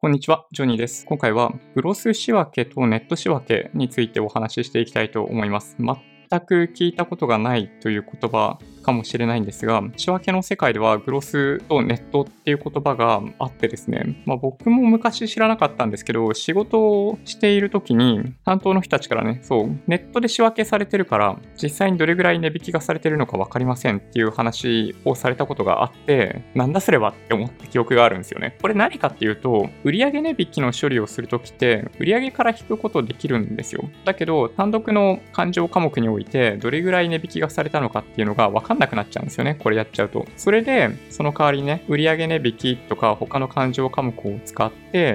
こんにちは、ジョニーです。今回はグロス仕分けとネット仕分けについてお話ししていきたいと思います。全く聞いたことがないという言葉かもしれないんですが、仕分けの世界ではグロスとネットっていう言葉があってですね、僕も昔知らなかったんですけど、仕事をしている時に担当の人たちからね、ネットで仕分けされてるから、実際にどれぐらい値引きがされてるのか分かりませんっていう話をされたことがあって、なんだそれはって思った記憶があるんですよね。これ何かっていうと、売上値引きの処理をするときって、売上から引くことできるんですよ。だけど、単独の勘定科目において、どれぐらい値引きがされたのかっていうのが分かんなくなっちゃうんですよね。これやっちゃうと。それで、その代わりにね、売上値引きとか他の勘定科目を使って、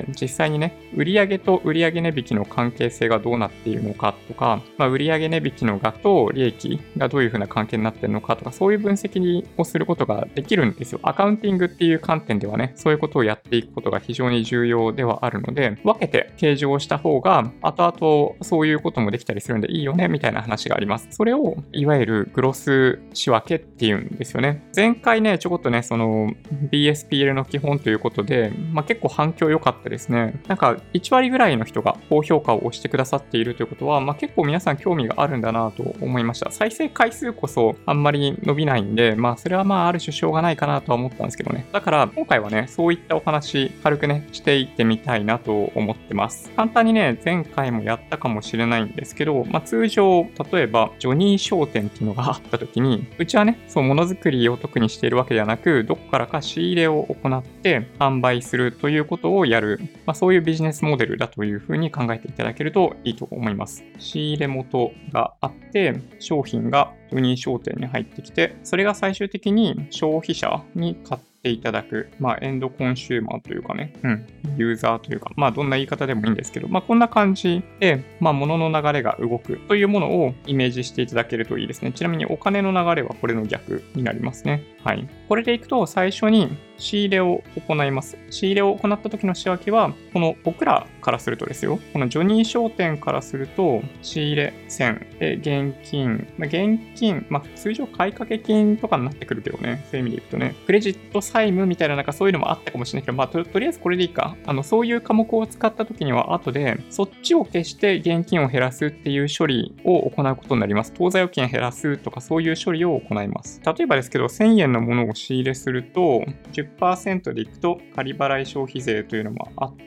実際にね、売上と売上値引きの関係性がどうなっているのかとか、売上値引きの額と利益がどういうふうな関係になっているのかとか、そういう分析をすることができるんですよ。アカウンティングっていう観点ではね、そういうことをやっていくことが非常に重要ではあるので、分けて計上した方が、後々そういうこともできたりするんでいいよね、みたいな話があります。それを、いわゆるグロス仕分けっていうんですよね。前回ね、ちょこっとね、BSPL の基本ということで、結構反響良かったですね。なんか、1割ぐらいの人が高評価を押してくださっているということは、結構皆さん興味があるんだなと思いました。再生回数こそあんまり伸びないんで、それはある種しょうがないかなとは思ったんですけどね。だから、今回はね、そういったお話、軽くね、していってみたいなと思ってます。簡単にね、前回もやったかもしれないんですけど、通常、例えば、ジョニー商店っていうのがあった時に、うちはね、ものづくりを特にしているわけではなく、どこからか仕入れを行って販売するということをやる、そういうビジネスモデルだというふうに考えていただけるといいと思います。仕入れ元があって、商品がジョニー商店に入ってきて、それが最終的に消費者に買っていただく、エンドコンシューマーというかね、ユーザーというか、どんな言い方でもいいんですけど、こんな感じで、物の流れが動くというものをイメージしていただけるといいですね。ちなみにお金の流れはこれの逆になりますね。はい。これでいくと、最初に仕入れを行います。仕入れを行った時の仕分けは、この僕らからするとですよ、このジョニー商店からすると、仕入れ1000で、現金、通常買掛金とかになってくるけどね、そういう意味で言うとね、クレジット債務みたいなそういうのもあったかもしれないけど、とりあえずこれでいいか。そういう科目を使った時には、後で、そっちを消して現金を減らすっていう処理を行うことになります。当座預金減らすとか、そういう処理を行います。例えばですけど、1000円のものを仕入れすると、10% でいくと、仮払い消費税というのもあって、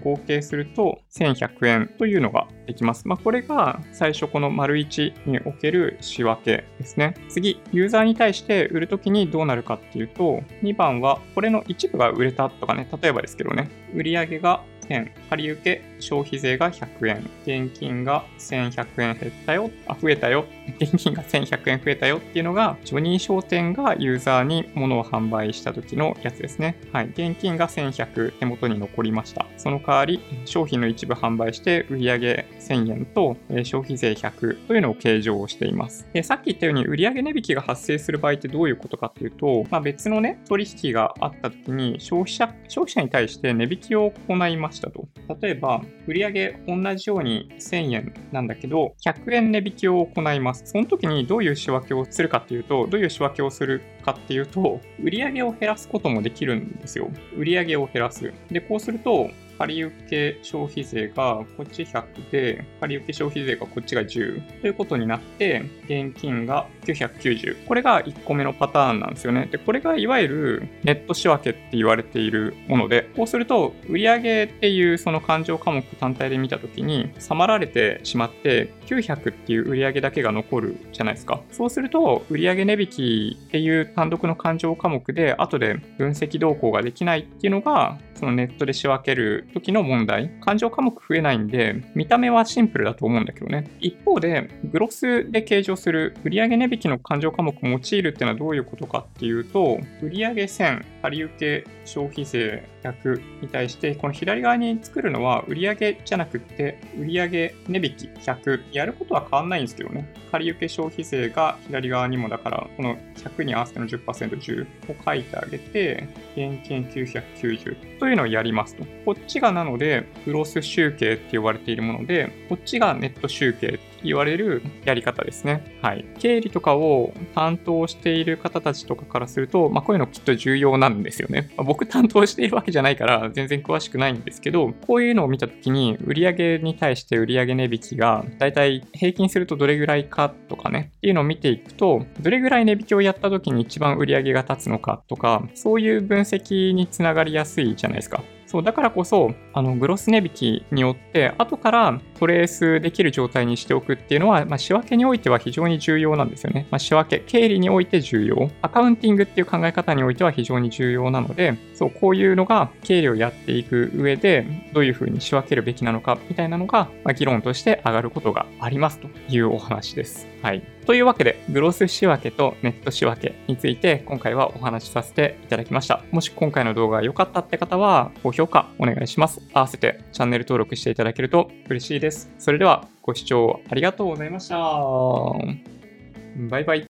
合計すると1100円というのができます。これが最初この丸1における仕分けですね。次、ユーザーに対して売るときにどうなるかっていうと、2番はこれの一部が売れたとかね、例えばですけどね、売上が1000、借受消費税が100円、現金が1100円減ったよ、増えたよ、現金が1100円増えたよっていうのが、ジョニー商店がユーザーに物を販売した時のやつですね。はい。現金が1100手元に残りました。その代わり、商品の一部販売して売上1000円と消費税100というのを計上をしています。で、さっき言ったように売上値引きが発生する場合ってどういうことかっていうと、別のね、取引があった時に消費者に対して値引きを行いましたと。例えば、売上同じように1000円なんだけど、100円値引きを行います。その時にどういう仕分けをするかっていうと、売上を減らすこともできるんですよ。売上を減らす。で、こうすると、借受消費税がこっち100で、借受消費税がこっちが10ということになって、現金が990。これが1個目のパターンなんですよね。で、これがいわゆるネット仕分けって言われているもので、こうすると、売上っていうその勘定科目単体で見たときに、さまられてしまって、900っていう売上だけが残るじゃないですか。そうすると、売上値引きっていう単独の勘定科目で、後で分析動向ができないっていうのが、そのネットで仕分ける時の問題。勘定科目増えないんで、見た目はシンプルだと思うんだけどね。一方で、グロスで計上する売上値引きの勘定科目を用いるっていうのはどういうことかっていうと、売上1000、借受消費税100に対して、この左側に作るのは売上じゃなくって、売上値引き100。やることは変わんないんですけどね。借受消費税が左側にもだから、この100に合わせての 10%10 を書いてあげて、現金990というのをやりますと。こっちがなので、グロス集計って呼ばれているもので、こっちがネット集計って言われるやり方ですね。はい。経理とかを担当している方たちとかからすると、こういうのきっと重要なんですよね。僕担当しているわけじゃないから全然詳しくないんですけど、こういうのを見たときに売上に対して売上値引きがだいたい平均するとどれぐらいかとかね、っていうのを見ていくと、どれぐらい値引きをやったときに一番売上が立つのかとか、そういう分析につながりやすいじゃないですか。そう、だからこそ、グロス値引きによって、後からトレースできる状態にしておくっていうのは、仕分けにおいては非常に重要なんですよね。仕分け、経理において重要。アカウンティングっていう考え方においては非常に重要なので、そう、こういうのが経理をやっていく上で、どういうふうに仕分けるべきなのか、みたいなのが、議論として上がることがありますというお話です。はい。というわけで、グロス仕分けとネット仕分けについて今回はお話しさせていただきました。もし今回の動画が良かったって方は、高評価お願いします。合わせてチャンネル登録していただけると嬉しいです。それではご視聴ありがとうございました。バイバイ。